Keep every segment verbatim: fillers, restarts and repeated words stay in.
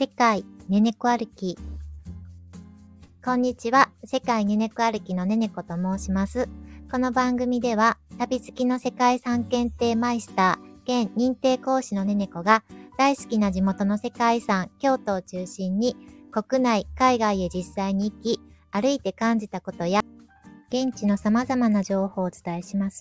世界ねねこ歩き。こんにちは。世界ねねこ歩きのねねこと申します。この番組では旅好きの世界遺産検定マイスター兼認定講師のねねこが大好きな地元の世界遺産京都を中心に国内海外へ実際に行き歩いて感じたことや現地の様々な情報をお伝えします。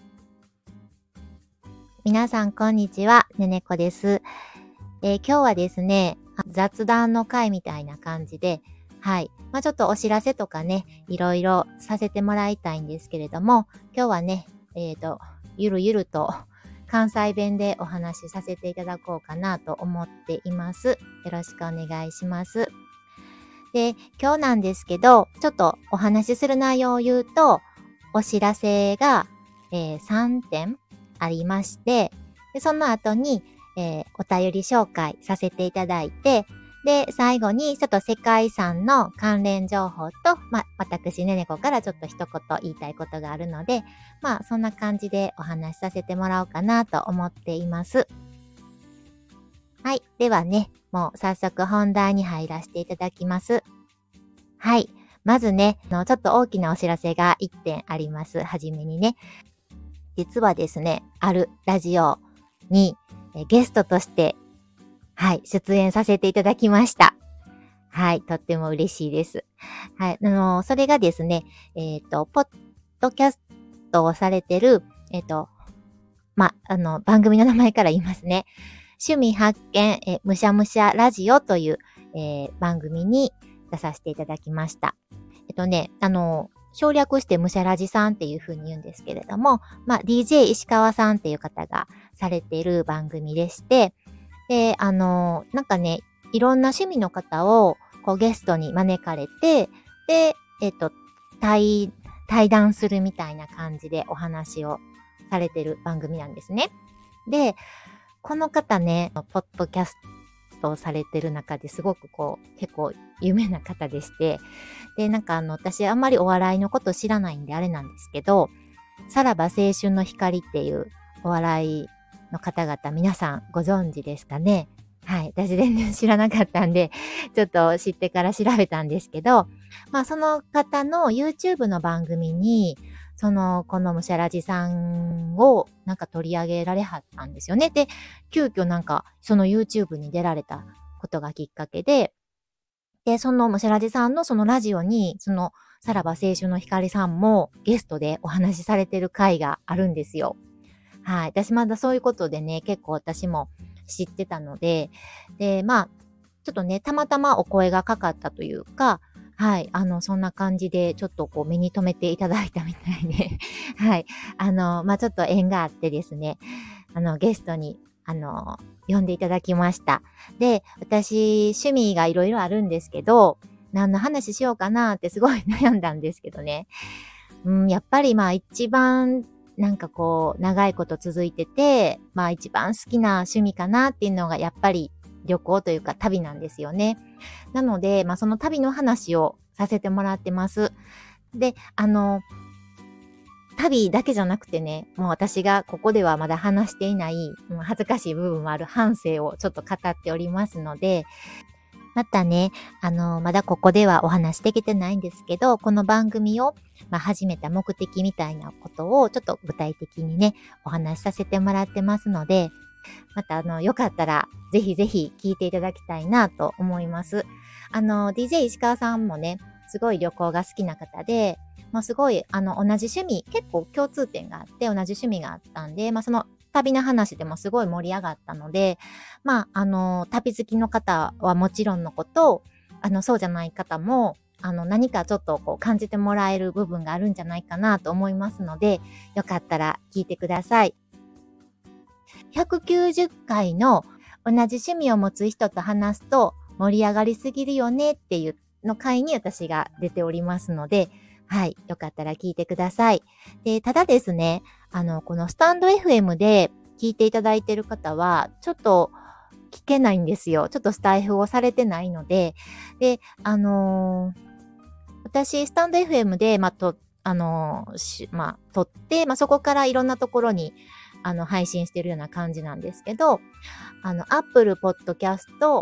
皆さんこんにちは、ねねこです。えー、今日はですね、雑談の会みたいな感じで、はい。まあちょっとお知らせとかね、いろいろさせてもらいたいんですけれども、今日はね、えっと、ゆるゆると関西弁でお話しさせていただこうかなと思っています。よろしくお願いします。で、今日なんですけど、ちょっとお話しする内容を言うと、お知らせが、えー、さんてんありまして、でその後に、えー、お便り紹介させていただいて、で、最後にちょっと世界遺産の関連情報と、まあ、私ねねこからちょっと一言言いたいことがあるので、まあ、そんな感じでお話しさせてもらおうかなと思っています。はい。ではね、もう早速本題に入らせていただきます。はい。まずね、ちょっと大きなお知らせがいってんあります。はじめにね。実はですね、あるラジオにえゲストとして、はい、出演させていただきました。はい、とっても嬉しいです。はい、あのー、それがですね、えっと、ポッドキャストをされてる、えっと、ま、あの、番組の名前から言いますね。趣味発見、えむしゃむしゃラジオという、えー、番組に出させていただきました。えっとね、あのー、省略してむしゃらじさんっていう風に言うんですけれども、まあ、ディージェー 石川さんっていう方がされている番組でして、で、あの、なんかね、いろんな趣味の方をこうゲストに招かれて、で、えっと、対、対談するみたいな感じでお話をされてる番組なんですね。で、この方ね、ポッドキャストをされてる中ですごくこう、結構有名な方でして、で、なんかあの、私あんまりお笑いのこと知らないんであれなんですけど、さらば青春の光っていうお笑いの方々皆さんご存知ですかね。はい。私全然知らなかったんで、ちょっと知ってから調べたんですけど、まあその方の YouTube の番組に、その、このむしゃらじさんをなんか取り上げられはったんですよね。で、急遽なんかその YouTube に出られたことがきっかけで、で、そのむしゃらじさんのそのラジオに、そのさらば青春の光さんもゲストでお話しされてる回があるんですよ。はい。私まだそういうことでね、結構私も知ってたので、で、まあ、ちょっとね、たまたまお声がかかったというか、はい。あの、そんな感じで、ちょっとこう目に留めていただいたみたいで、はい。あの、まあ、ちょっと縁があってですね、あの、ゲストに、あの、呼んでいただきました。で、私、趣味がいろいろあるんですけど、何の話しようかなってすごい悩んだんですけどね。うん、やっぱりまあ一番なんかこう長いこと続いてて、まあ一番好きな趣味かなっていうのがやっぱり旅行というか旅なんですよね。なので、まあその旅の話をさせてもらってます。で、あの、旅だけじゃなくてね、もう私がここではまだ話していない、うん恥ずかしい部分もある半生をちょっと語っておりますので、またね、あの、まだここではお話できてないんですけど、この番組を、まあ、始めた目的みたいなことをちょっと具体的にね、お話しさせてもらってますので、またあの、よかったらぜひぜひ聞いていただきたいなと思います。あの、ディージェー 石川さんもね、すごい旅行が好きな方で、もうすごい、あの、同じ趣味、結構共通点があって、同じ趣味があったんで、まあ、その旅の話でもすごい盛り上がったので、まあ、あの、旅好きの方はもちろんのこと、あの、そうじゃない方も、あの、何かちょっとこう感じてもらえる部分があるんじゃないかなと思いますので、よかったら聞いてください。ひゃくきゅうじゅっかいの同じ趣味を持つ人と話すと盛り上がりすぎるよねっていうの回に私が出ておりますので、はい、よかったら聞いてください。で、ただですね、あの、このスタンド エフエム で聞いていただいている方は、ちょっと聞けないんですよ。ちょっとスタイフをされてないので、で、あのー私、スタンド エフエム で、まあ、と、あのーし、まあ、撮って、まあ、そこからいろんなところに、あの、配信してるような感じなんですけど、あの、Apple Podcast、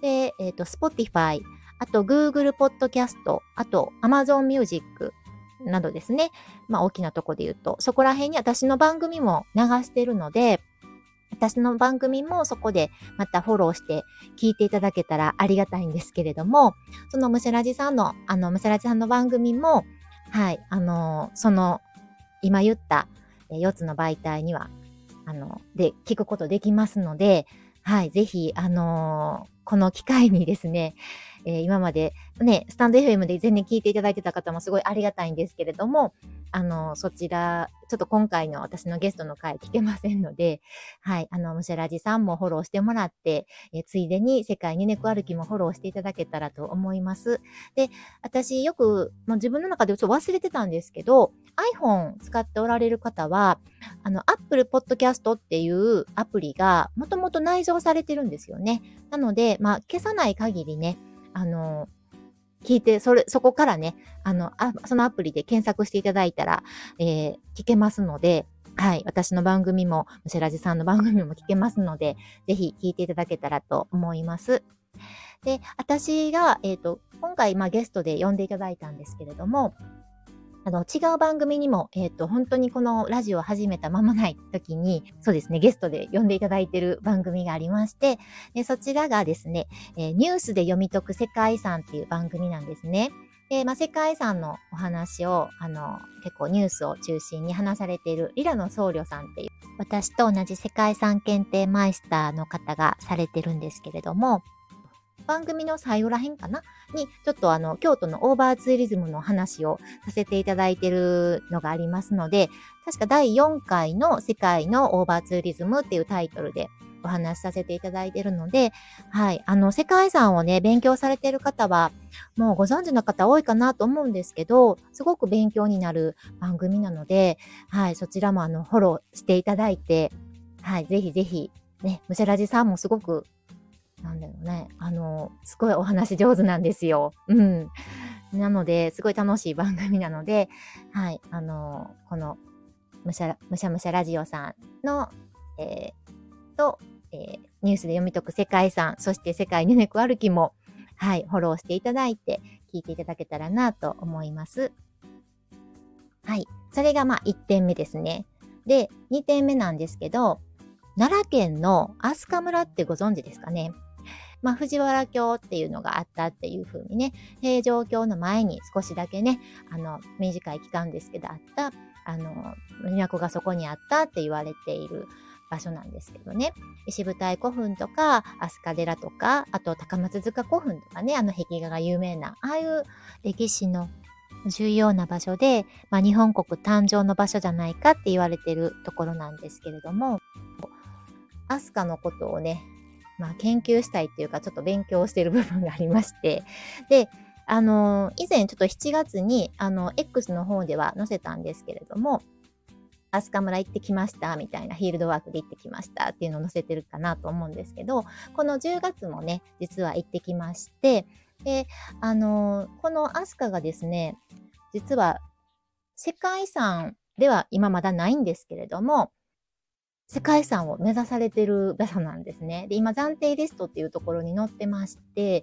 で、えっと、Spotify、あと Google Podcast、あと Amazon Music などですね。まあ大きなとこで言うと、そこら辺に私の番組も流してるので、私の番組もそこでまたフォローして聞いていただけたらありがたいんですけれども、そのむしゃらじさんの、あの、むしゃらじさんの番組も、はい、あの、その、今言ったよっつの媒体には、あの、で、聞くことできますので、はい、ぜひ、あのーこの機会にですね、えー今までね、スタンド エフエム で全然聞いていただいてた方もすごいありがたいんですけれども、あの、そちら、ちょっと今回の私のゲストの回聞けませんので、はい、あの、むしゃらじさんもフォローしてもらって、えーついでに世界に猫歩きもフォローしていただけたらと思います。で、私よく、もう自分の中でちょっと忘れてたんですけど、iPhone 使っておられる方は、あの、Apple Podcast っていうアプリがもともと内蔵されてるんですよね。なので、まあ、消さない限りね、あの、聞いて、それ、そこからね、あの、あ、そのアプリで検索していただいたら、えー聞けますので、はい、私の番組も、むしゃらじさんの番組も聞けますので、ぜひ聞いていただけたらと思います。で、私が、えっと、今回、まあ、ゲストで呼んでいただいたんですけれども、あの、違う番組にも、えっと、本当にこのラジオを始めた間もない時に、そうですね、ゲストで呼んでいただいている番組がありまして、でそちらがですね、えーニュースで読み解く世界遺産っていう番組なんですね。で、まあ、世界遺産のお話を、あの、結構ニュースを中心に話されているリラの僧侶さんっていう、私と同じ世界遺産検定マイスターの方がされてるんですけれども、番組の最後らへんかなに、ちょっとあの、京都のオーバーツーリズムの話をさせていただいてるのがありますので、確かだいよんかいの世界のオーバーツーリズムっていうタイトルでお話しさせていただいてるので、はい、あの、世界遺産をね、勉強されてる方は、もうご存知の方多いかなと思うんですけど、すごく勉強になる番組なので、はい、そちらもあの、フォローしていただいて、はい、ぜひぜひ、ね、むしゃらじさんもすごくなんだろうね。あの、すごいお話上手なんですよ。うん。なので、すごい楽しい番組なので、はい。あの、この、むしゃら、むしゃむしゃラジオさんの、えーと、えーニュースで読み解く世界遺産、そして世界に猫歩きも、はい、フォローしていただいて、聞いていただけたらなと思います。はい。それがまあいってんめですね。で、にてんめなんですけど、奈良県の飛鳥村ってご存知ですかね。まあ、藤原京っていうのがあったっていう風にね、平城京の前に少しだけね、あの、短い期間ですけどあった、あの、都がそこにあったって言われている場所なんですけどね。石舞台古墳とか、飛鳥寺とか、あと高松塚古墳とかね、あの壁画が有名な、ああいう歴史の重要な場所で、まあ、日本国誕生の場所じゃないかって言われてるところなんですけれども、飛鳥のことをね、まあ、研究したいっていうか、ちょっと勉強している部分がありまして。で、あの以前ちょっとしちがつに、あの、X の方では載せたんですけれども、飛鳥村行ってきました、みたいな、フィールドワークで行ってきましたっていうのを載せてるかなと思うんですけど、このじゅうがつもね、実は行ってきまして、で、あのこの飛鳥がですね、実は世界遺産では今まだないんですけれども、世界遺産を目指されてる場所なんですね。で、今、暫定リストっていうところに載ってまして、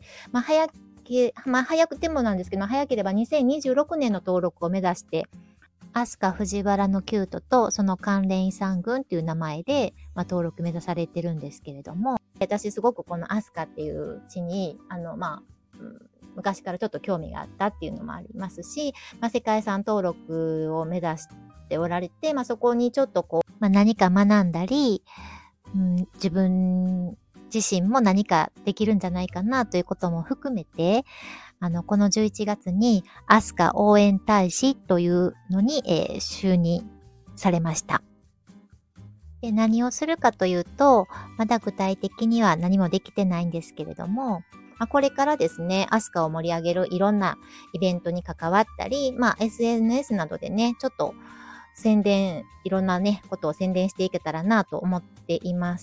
まあ、早け、まあ、早くてもなんですけど、早ければにせんにじゅうろくねんの登録を目指して、飛鳥藤原のキュートとその関連遺産群っていう名前で、まあ、登録目指されてるんですけれども、私すごくこの飛鳥っていう地に、あの、まあ、うん昔からちょっと興味があったっていうのもありますし、まあ、世界遺産登録を目指しておられて、まあ、そこにちょっとこう、まあ、何か学んだり、うん、自分自身も何かできるんじゃないかなということも含めて、あの、このじゅういちがつに飛鳥応援大使というのに、えー就任されました。で、何をするかというと、まだ具体的には何もできてないんですけれども、まあ、これからですね、飛鳥を盛り上げるいろんなイベントに関わったり、まあ、エスエヌエス などでね、ちょっと宣伝、いろんなね、ことを宣伝していけたらなと思っています。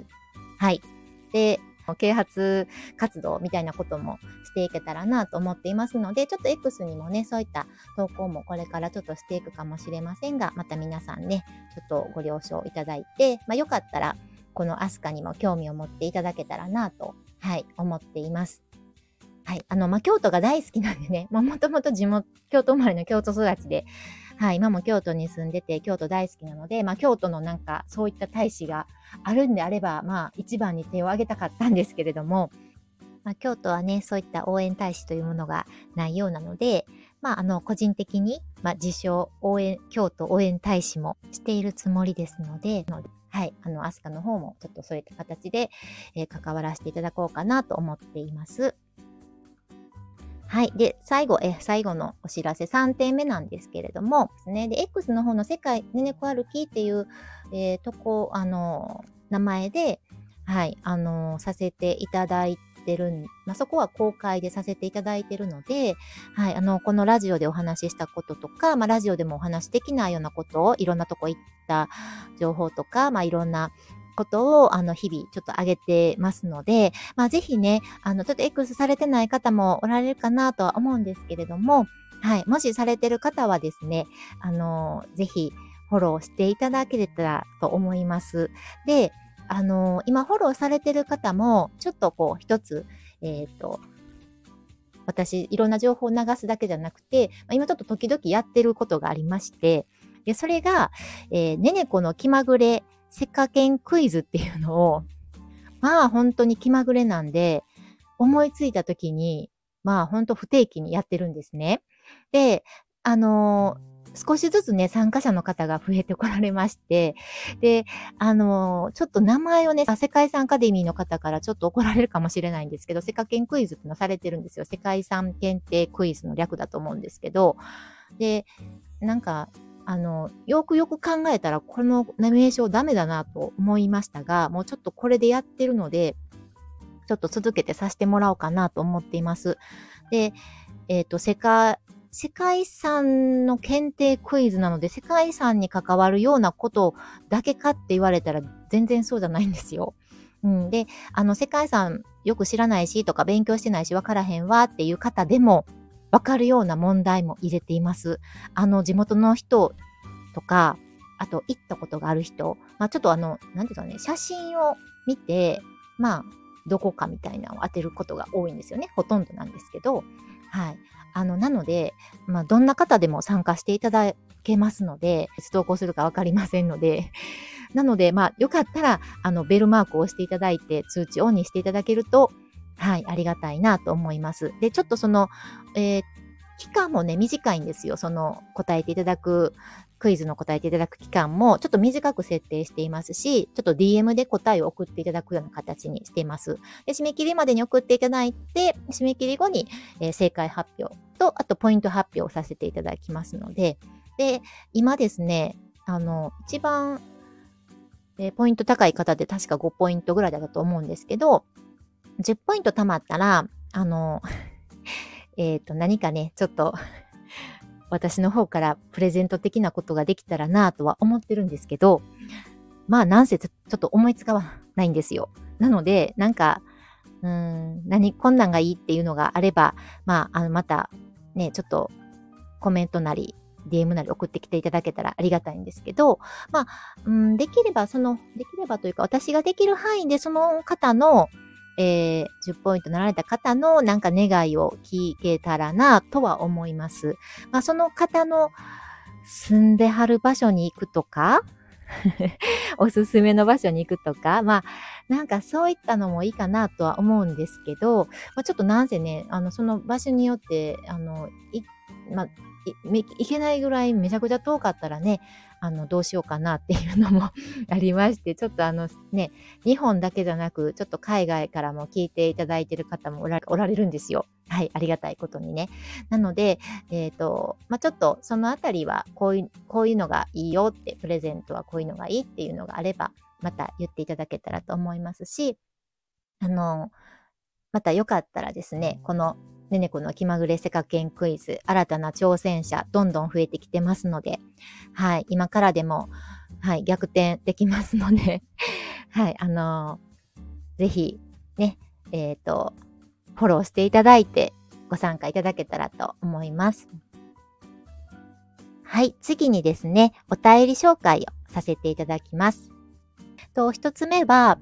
はい。で、啓発活動みたいなこともしていけたらなと思っていますので、ちょっと X にもね、そういった投稿もこれからちょっとしていくかもしれませんが、また皆さんね、ちょっとご了承いただいて、まあ、よかったら、この飛鳥にも興味を持っていただけたらなと、 はい、思っています。はい。あの、まあ、京都が大好きなんでね、まあ、もともと地元、京都生まれの京都育ちで、はい、今も京都に住んでて、京都大好きなので、まあ、京都のなんか、そういった大使があるんであれば、まあ、一番に手を挙げたかったんですけれども、まあ、京都はね、そういった応援大使というものがないようなので、まあ、あの、個人的に、まあ、自称応援、京都応援大使もしているつもりですので、はい、あの、アスカの方もちょっとそういった形で、えー関わらせていただこうかなと思っています。はい。で、最後、え、最後のお知らせさんてんめなんですけれども、ですね。で、X の方の世界ねねこ歩きっていう、えーとこ、あの、名前で、はい、あの、させていただいてるん、まあ、そこは公開でさせていただいてるので、はい、あの、このラジオでお話ししたこととか、まあ、ラジオでもお話できないようなことを、いろんなとこ行った情報とか、まあ、いろんなことを、あの、日々ちょっと上げてますので、まあ、ぜひね、あの、ちょっと X されてない方もおられるかなとは思うんですけれども、はい、もしされてる方はですね、あの、ぜひフォローしていただければと思います。で、あの、今フォローされてる方も、ちょっとこう、一つ、えっと、私、いろんな情報を流すだけじゃなくて、まあ今ちょっと時々やってることがありまして、で、それが、えー、ねねこの気まぐれせっかけんクイズっていうのを、まあ本当に気まぐれなんで、思いついた時に、まあ本当不定期にやってるんですね。で、あのー少しずつね、参加者の方が増えてこられまして、で、あのーちょっと名前をね、世界遺産アカデミーの方からちょっと怒られるかもしれないんですけど、世界検クイズっていうのされてるんですよ。世界遺産検定クイズの略だと思うんですけど、で、なんか、あの、よくよく考えたら、この名称ダメだなと思いましたが、もうちょっとこれでやってるので、ちょっと続けてさせてもらおうかなと思っています。で、えっと、世界、世界遺産の検定クイズなので、世界遺産に関わるようなことだけかって言われたら全然そうじゃないんですよ。うん、で、あの、世界遺産よく知らないしとか勉強してないし分からへんわっていう方でも分かるような問題も入れています。あの、地元の人とか、あと行ったことがある人、まあちょっとあの、なんていうかね、写真を見て、まあ、どこかみたいなのを当てることが多いんですよね。ほとんどなんですけど。はい。あの、なので、まあ、どんな方でも参加していただけますので、いつ投稿するかわかりませんので、なので、まあ、よかったら、あの、ベルマークを押していただいて、通知オンにしていただけると、はい、ありがたいなと思います。で、ちょっとその、えー期間もね、短いんですよ。その、答えていただく、クイズの答えていただく期間も、ちょっと短く設定していますし、ちょっと ディーエム で答えを送っていただくような形にしています。で、締め切りまでに送っていただいて、締め切り後に、えー正解発表と、あとポイント発表をさせていただきますので、で、今ですね、あの、一番、えーポイント高い方で確かごポイントぐらいだったと思うんですけど、じゅうポイント貯まったら、あの、えっと、何かね、ちょっと私の方からプレゼント的なことができたらなとは思ってるんですけど、まあ、なんせちょちょっと思いつかないんですよ。なので、なんか、うーん、何、こんなんがいいっていうのがあれば、まあ、あの、また、ね、ちょっとコメントなり、ディーエム なり送ってきていただけたらありがたいんですけど、まあ、うん、できれば、その、できればというか、私ができる範囲でその方の、えー、じゅうポイントなられた方のなんか願いを聞けたらなとは思います。まあ、その方の住んではる場所に行くとか、おすすめの場所に行くとか、まあ、なんかそういったのもいいかなとは思うんですけど、まあ、ちょっとなんせね、あの、その場所によって、あの、い、まあ、い、めいけないぐらいめちゃくちゃ遠かったらね、あの、どうしようかなっていうのもありまして、ちょっとあのね、日本だけじゃなく、ちょっと海外からも聞いていただいている方もおらおられるんですよ。はい、ありがたいことにね。なので、えっと、まあ、ちょっとそのあたりは、こういう、こういうのがいいよって、プレゼントはこういうのがいいっていうのがあれば、また言っていただけたらと思いますし、あの、またよかったらですね、このねねこの気まぐれせかけんクイズ、新たな挑戦者、どんどん増えてきてますので、はい、今からでも、はい、逆転できますので、はい、あのぜひ、ね、えっと、フォローしていただいて、ご参加いただけたらと思います。はい、次にですね、お便り紹介をさせていただきます。と、一つ目は、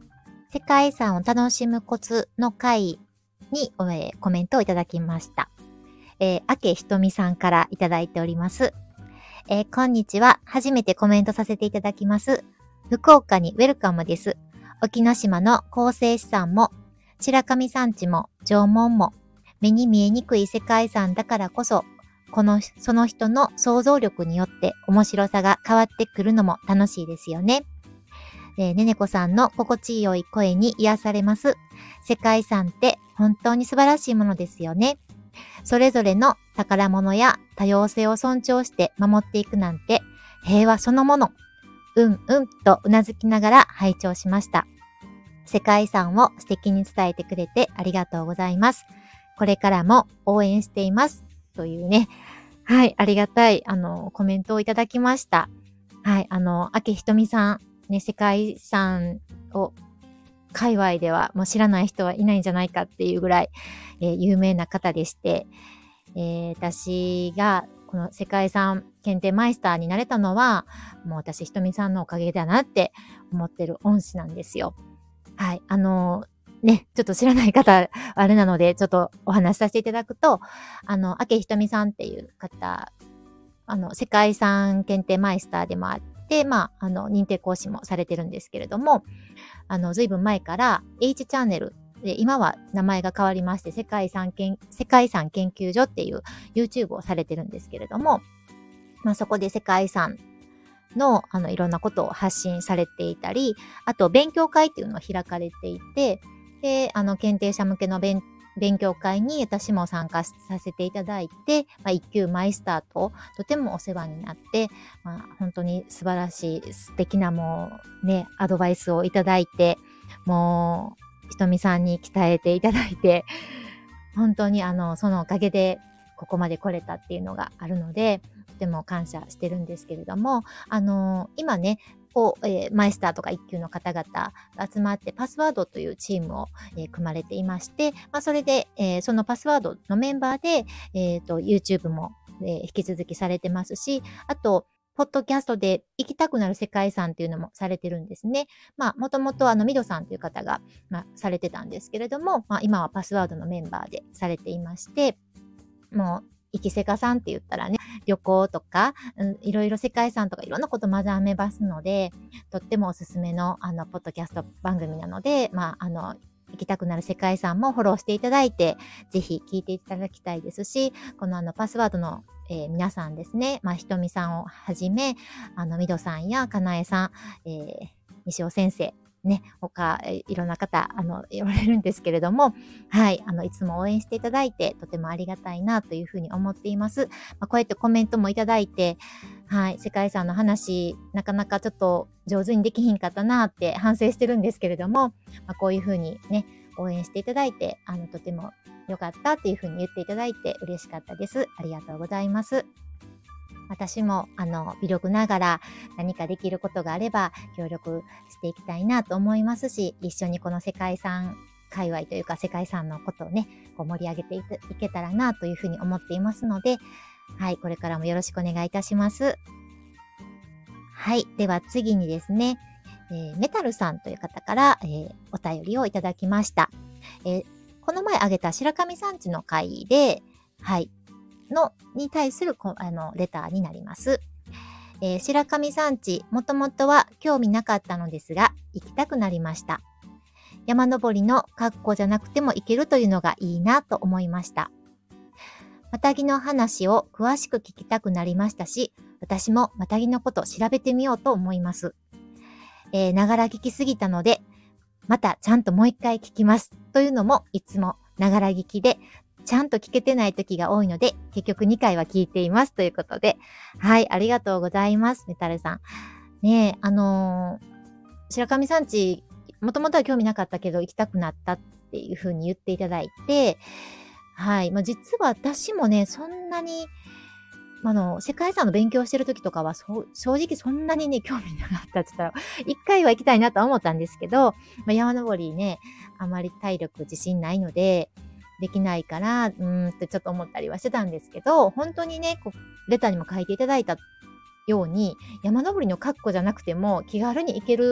世界遺産を楽しむコツの回に、えーコメントをいただきました。えー、明ひとみさんからいただいております。えーこんにちは。初めてコメントさせていただきます。福岡にウェルカムです。沖ノ島の構成資産も、白神山地も縄文も、目に見えにくい世界遺産だからこそ、この、その人の想像力によって面白さが変わってくるのも楽しいですよね。えーねねこさんの心地よい声に癒されます。世界遺産って本当に素晴らしいものですよね。それぞれの宝物や多様性を尊重して守っていくなんて平和そのもの。うんうんとうなずきながら拝聴しました。世界遺産を素敵に伝えてくれてありがとうございます。これからも応援しています。というね、はい、ありがたい、あの、コメントをいただきました。はい、あの、明ひとみさん、ね、世界遺産を界隈ではもう知らない人はいないんじゃないかっていうぐらい、えー有名な方でして、えー私がこの世界遺産検定マイスターになれたのは、もう私ひとみさんのおかげだなって思ってる恩師なんですよ。はい。あのね、ちょっと知らない方、あれなので、ちょっとお話しさせていただくと、あの、明ひとみさんっていう方、あの、世界遺産検定マイスターでもあって、まあ、あの、認定講師もされてるんですけれども、あの、ずいぶん前から H チャンネルで、今は名前が変わりまして、世界遺産研、世界遺産研究所っていう YouTube をされてるんですけれども、まあ、そこで世界遺産の、あの、いろんなことを発信されていたり、あと、勉強会っていうのを開かれていて、で、あの、検定者向けの勉勉強会に私も参加させていただいて、まあ、一級マイスターととてもお世話になって、まあ、本当に素晴らしい素敵なもうね、アドバイスをいただいて、もうひとみさんに鍛えていただいて、本当にあの、そのおかげでここまで来れたっていうのがあるので、とても感謝してるんですけれども、あの、今ね、こう、えーマイスターとか一級の方々が集まってパスワードというチームを、えー組まれていまして、まあ、それで、えーそのパスワードのメンバーで、えっと、YouTube も、えー引き続きされてますし、あと、ポッドキャストで行きたくなる世界遺産っていうのもされてるんですね。まあ、もともとあの、ミドさんという方が、まあ、されてたんですけれども、まあ、今はパスワードのメンバーでされていまして、もう、生きせかさんって言ったらね、旅行とか、うん、いろいろ世界遺産とかいろんなこと混ざめますので、とってもおすすめの、あの、ポッドキャスト番組なので、まあ、あの、行きたくなる世界遺産もフォローしていただいて、ぜひ聞いていただきたいですし、このあの、パスワードの、えー皆さんですね、まあ、ひとみさんをはじめ、あの、みどさんやかなえさん、えー西尾先生、ね、他、えーいろんな方、あの、言われるんですけれども、はい、あの、いつも応援していただいて、とてもありがたいなというふうに思っています。まあ、こうやってコメントもいただいて、はい、世界遺産の話、なかなかちょっと上手にできひんかったなって反省してるんですけれども、まあ、こういうふうにね、応援していただいて、あの、とても良かったっていうふうに言っていただいて嬉しかったです。ありがとうございます。私も、あの、微力ながら何かできることがあれば協力していきたいなと思いますし、一緒にこの世界遺産界隈というか世界遺産のことをね、こう盛り上げていていけたらなというふうに思っていますので、はい、これからもよろしくお願いいたします。はい、では次にですね、えーメタルさんという方から、えーお便りをいただきました。えーこの前挙げた白神山地の会で、はい、の、に対するこあのレターになります。えー白神山地、もともとは興味なかったのですが、行きたくなりました。山登りの格好じゃなくても行けるというのがいいなと思いました。マタギの話を詳しく聞きたくなりましたし、私もマタギのこと調べてみようと思います。えーながら聞きすぎたので、またちゃんともう一回聞きます。というのも、いつもながら聞きで、ちゃんと聞けてない時が多いので、結局にかいは聞いています。ということで、はい、ありがとうございます。メタルさん。ねえ、あのー白神山地、もともとは興味なかったけど行きたくなったっていう風に言っていただいて、はい。まあ、実は私もね、そんなに、あの、世界遺産の勉強してる時とかは、そう正直そんなにね、興味なかったって言ったら、一回は行きたいなとは思ったんですけど、まあ、山登りね、あまり体力自信ないので、できないから、うーんってちょっと思ったりはしてたんですけど、本当にね、こうレターにも書いていただいたように、山登りの格好じゃなくても気軽に行ける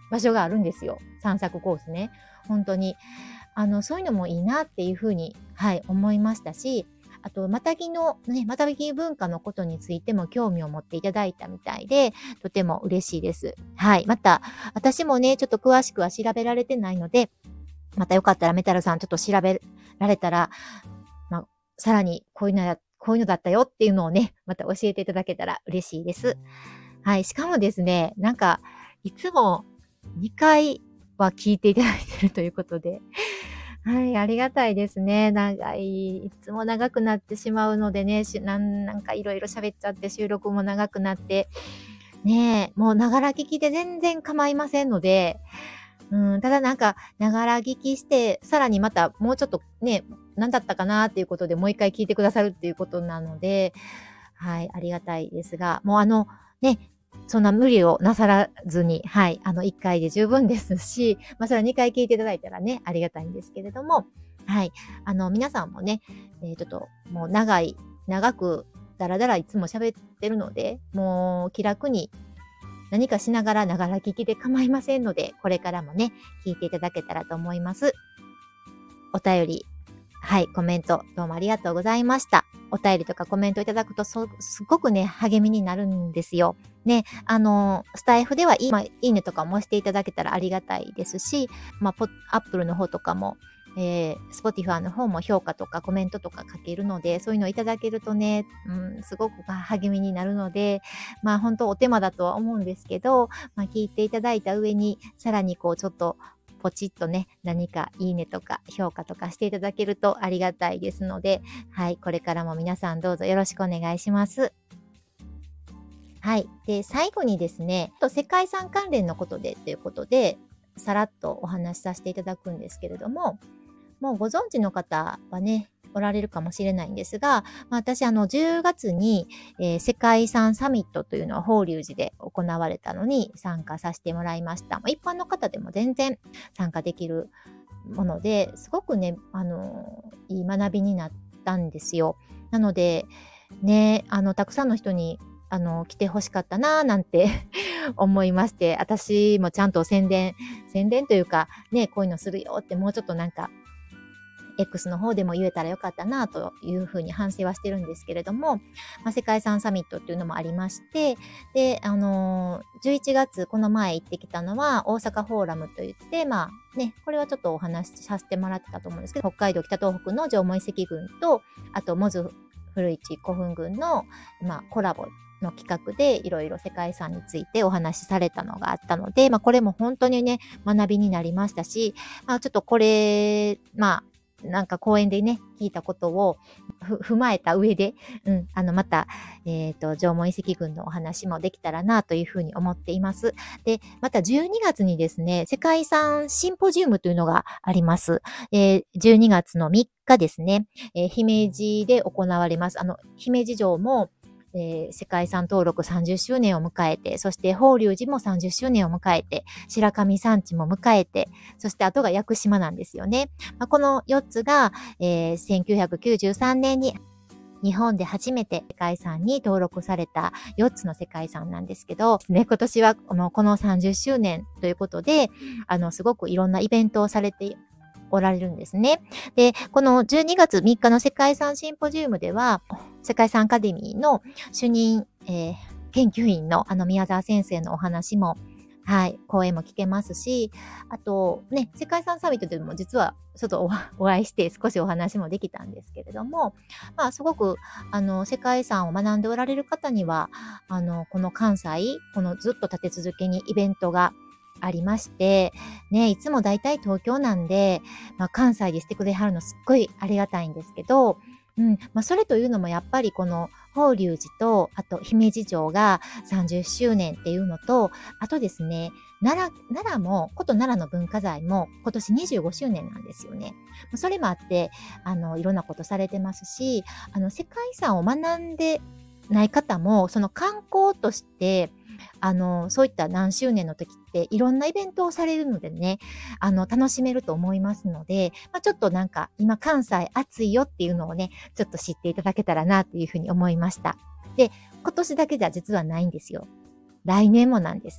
場所があるんですよ。散策コースね。本当に。あの、そういうのもいいなっていうふうに、はい、思いましたし、あと、またぎの、ね、またぎ文化のことについても興味を持っていただいたみたいで、とても嬉しいです。はい。また、私もね、ちょっと詳しくは調べられてないので、またよかったらメタルさんちょっと調べられたら、まあ、さらにこういうのや、こういうのだったよっていうのをね、また教えていただけたら嬉しいです。はい。しかもですね、なんか、いつもにかいは聞いていただいてるということで、はい、ありがたいですね。長い、いつも長くなってしまうのでね、しなん、なんかいろいろ喋っちゃって収録も長くなって、ねえ、もうながら聞きで全然構いませんので、うん、ただなんか、ながら聞きして、さらにまたもうちょっとね、何だったかなっていうことでもう一回聞いてくださるっていうことなので、はい、ありがたいですが、もうあの、ね、そんな無理をなさらずに、はい、あの、いっかいで十分ですし、まあ、それはにかい聞いていただいたらね、ありがたいんですけれども、はい、あの、皆さんもね、えーちょっと、もう長い、長く、だらだらいつも喋ってるので、もう気楽に何かしながらながら聞きで構いませんので、これからもね、聞いていただけたらと思います。お便り、はい、コメント、どうもありがとうございました。お便りとかコメントいただくと、そすごくね、励みになるんですよ。ね、あの、スタイフではいい、まあ、いいねとかも押していただけたらありがたいですし、まあ、ポアップルの方とかも、えー、Spotify の方も評価とかコメントとか書けるので、そういうのいただけるとね、うん、すごく励みになるので、まあ本当お手間だとは思うんですけど、まあ聞いていただいた上に、さらにこうちょっとポチッとね、何かいいねとか評価とかしていただけるとありがたいですので、はい、これからも皆さんどうぞよろしくお願いします。はい。で、最後にですね、と世界遺産関連のことでということで、さらっとお話しさせていただくんですけれども、もうご存知の方はね、おられるかもしれないんですが、まあ、私、あの、じゅうがつに、えー世界遺産サミットというのは法隆寺で行われたのに参加させてもらいました。まあ、一般の方でも全然参加できるもので、すごくね、あの、いい学びになったんですよ。なので、ね、あの、たくさんの人に、あの、来て欲しかったなぁなんて思いまして、私もちゃんと宣伝、宣伝というか、ね、こういうのするよってもうちょっとなんか、X の方でも言えたらよかったなというふうに反省はしてるんですけれども、まあ、世界遺産サミットっていうのもありまして、で、あのー、じゅういちがつ、この前行ってきたのは大阪フォーラムといって、まあね、これはちょっとお話しさせてもらってたと思うんですけど、北海道北東北の縄文遺跡群と、あと、モズ古市古墳群の、まあ、コラボの企画でいろいろ世界遺産についてお話しされたのがあったので、まあ、これも本当にね、学びになりましたし、まあ、ちょっとこれ、まあ、なんか講演でね、聞いたことを踏まえた上で、うん、あの、また、えっと、縄文遺跡群のお話もできたらなというふうに思っています。で、またじゅうにがつにですね、世界遺産シンポジウムというのがあります。えー、じゅうにがつのみっかですね、えー、姫路で行われます。あの、姫路城も、えー世界遺産登録さんじゅっしゅうねんを迎えて、そして法隆寺もさんじゅっしゅうねんを迎えて、白神山地も迎えて、そしてあとが屋久島なんですよね。まあ、このよっつが、えーせんきゅうひゃくきゅうじゅうさんねんに日本で初めて世界遺産に登録されたよっつの世界遺産なんですけど、ね、今年はこのこのさんじゅっしゅうねんということで、あの、すごくいろんなイベントをされておられるんですね。で、このじゅうにがつみっかの世界遺産シンポジウムでは、世界遺産アカデミーの主任、えー研究員のあの宮沢先生のお話も、はい、講演も聞けますし、あとね、世界遺産サミットでも実はちょっとお、お会いして少しお話もできたんですけれども、まあすごくあの世界遺産を学んでおられる方には、あのこの関西、このずっと立て続けにイベントがありまして、ね、いつもだいたい東京なんで、まあ、関西でしてくれはるのすっごいありがたいんですけど、うん、まあ、それというのもやっぱりこの法隆寺と、あと姫路城がさんじゅっしゅうねんっていうのと、あとですね、奈良、奈良も、古都奈良の文化財も今年にじゅうごしゅうねんなんですよね。それもあって、あの、いろんなことされてますし、あの、世界遺産を学んでない方も、その観光として、あの、そういった何周年の時っていろんなイベントをされるのでね、あの、楽しめると思いますので、まあ、ちょっとなんか今関西暑いよっていうのをね、ちょっと知っていただけたらなというふうに思いました。で、今年だけじゃ実はないんですよ。来年もなんです。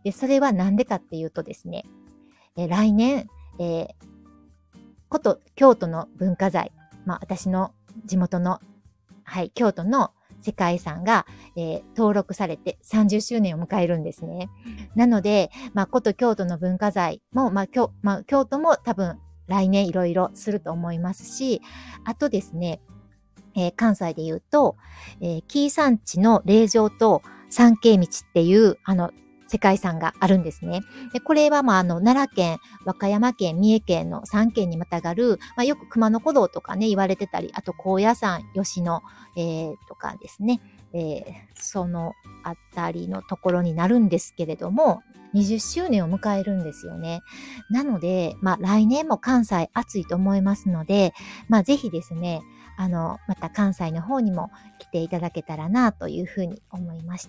で、それはなんでかっていうとですね、え来年、えー、古都京都の文化財、まあ私の地元の、はい、京都の世界遺産が、えー、登録されてさんじゅっしゅうねんを迎えるんですね。なので、まあ、古都京都の文化財も、まあ、京、まあ、京都も多分来年いろいろすると思いますし、あとですね、えー、関西で言うと、えー、紀伊山地の霊場と参詣道っていう、あの、世界遺産があるんですね。で、これは、まあ、あの、奈良県、和歌山県、三重県のさん県にまたがる、まあ、よく熊野古道とかね、言われてたり、あと、高野山、吉野、えー、とかですね、えー、そのあたりのところになるんですけれども、にじゅっしゅうねんを迎えるんですよね。なので、まあ、来年も関西暑いと思いますので、まあ、ぜひですね、あの、また関西の方にも来ていただけたらなというふうに思いました。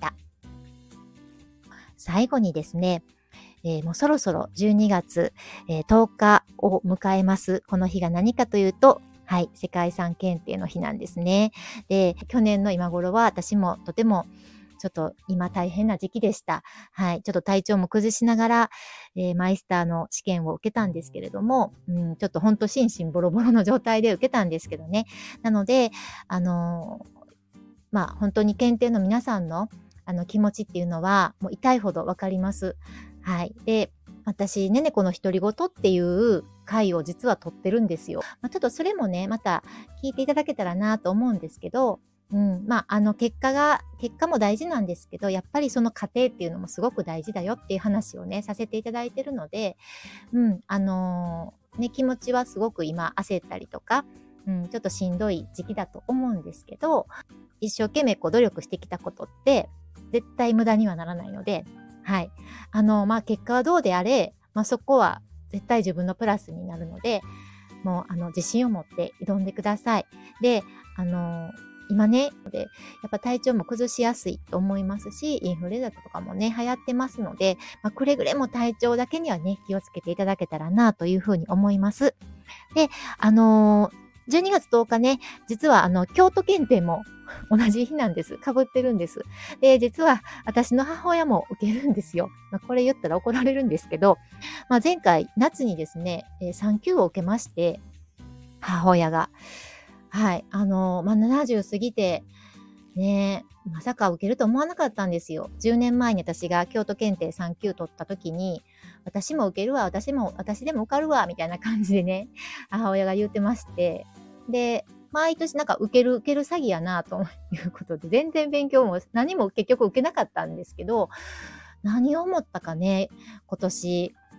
最後にですね、えー、もうそろそろじゅうにがつ、えー、とおかを迎えます。この日が何かというと、はい、世界遺産検定の日なんですね。で、去年の今頃は私もとてもちょっと今大変な時期でした。はい。ちょっと体調も崩しながら、えー、マイスターの試験を受けたんですけれども、うん、ちょっとほんと心身ボロボロの状態で受けたんですけどね。なので、あのー、まあ本当に検定の皆さんのあの気持ちっていうのはもう痛いほどわかります。はい。で、私、ねねこの独り言っていう回を実は撮ってるんですよ。まあ、ちょっとそれもね、また聞いていただけたらなと思うんですけど、うん、まあ、あの、結果が、結果も大事なんですけど、やっぱりその過程っていうのもすごく大事だよっていう話をね、させていただいてるので、うん、あのーね、気持ちはすごく今焦ったりとか、うん、ちょっとしんどい時期だと思うんですけど、一生懸命こう努力してきたことって、絶対無駄にはならないので、はい。あの、まあ、結果はどうであれ、まあ、そこは絶対自分のプラスになるので、もう、あの、自信を持って挑んでください。で、あの、今ね、で、やっぱ体調も崩しやすいと思いますし、インフルエンザとかもね、流行ってますので、まあ、くれぐれも体調だけにはね、気をつけていただけたらなというふうに思います。で、あのーじゅうにがつとおかね、実はあの、京都検定も同じ日なんです。被ってるんです。で、実は私の母親も受けるんですよ。まあ、これ言ったら怒られるんですけど、まあ、前回夏にですね、えー、さん級を受けまして、母親が。はい。あのーまあ、ななじゅう過ぎて、ねえ、まさか受けると思わなかったんですよ。じゅうねんまえに私が京都検定さん級取った時に、私も受けるわ、私も、私でも受かるわ、みたいな感じでね、母親が言ってまして、で、毎年なんか受ける、受ける詐欺やな、ということで、全然勉強も何も結局受けなかったんですけど、何を思ったかね、今年、うん、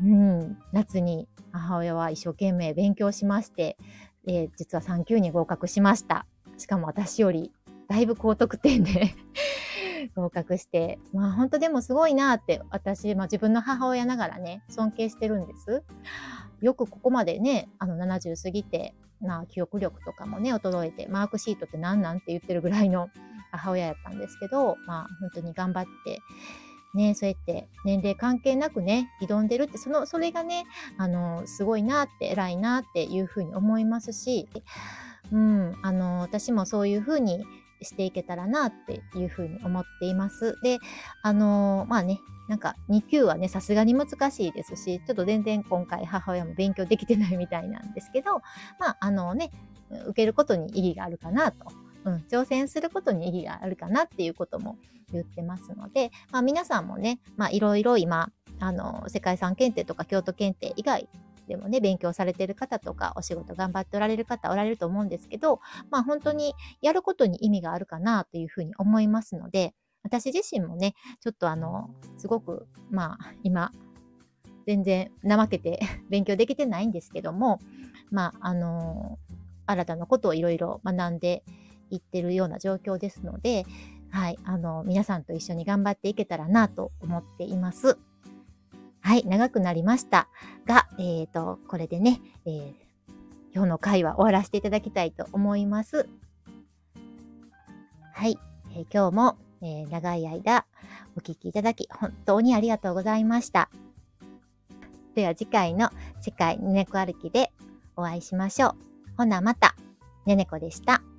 夏に母親は一生懸命勉強しまして、えー実はさん級に合格しました。しかも私よりだいぶ高得点で合格して、まあ本当でもすごいなって私、まあ自分の母親ながらね、尊敬してるんです。よくここまでね、あのななじゅう過ぎて、まあ記憶力とかもね、衰えて、マークシートって何なんって言ってるぐらいの母親やったんですけど、まあ本当に頑張って、ね、そうやって年齢関係なくね、挑んでるって、その、それがね、あの、すごいなって、偉いなっていうふうに思いますし、うん、あの、私もそういうふうにしていけたらなっていうふうに思っています。で、あの、まあね、なんかに級はね、さすがに難しいですし、ちょっと全然今回母親も勉強できてないみたいなんですけど、まあ、あのね、受けることに意義があるかなと。うん、挑戦することに意義があるかなっていうことも言ってますので、まあ皆さんもね、まあいろいろ今、あの、世界遺産検定とか京都検定以外でもね、勉強されている方とか、お仕事頑張っておられる方おられると思うんですけど、まあ本当にやることに意味があるかなというふうに思いますので、私自身もね、ちょっとあの、すごく、まあ今、全然怠けて勉強できてないんですけども、まああの、新たなことをいろいろ学んでいってるような状況ですので、はい、あの、皆さんと一緒に頑張っていけたらなと思っています。はい、長くなりましたが、えっと、これでね、えー今日の回は終わらせていただきたいと思います。はい、えー今日も、えー長い間お聞きいただき本当にありがとうございました。では次回の世界ねねこ歩きでお会いしましょう。ほなまた、ねねこでした。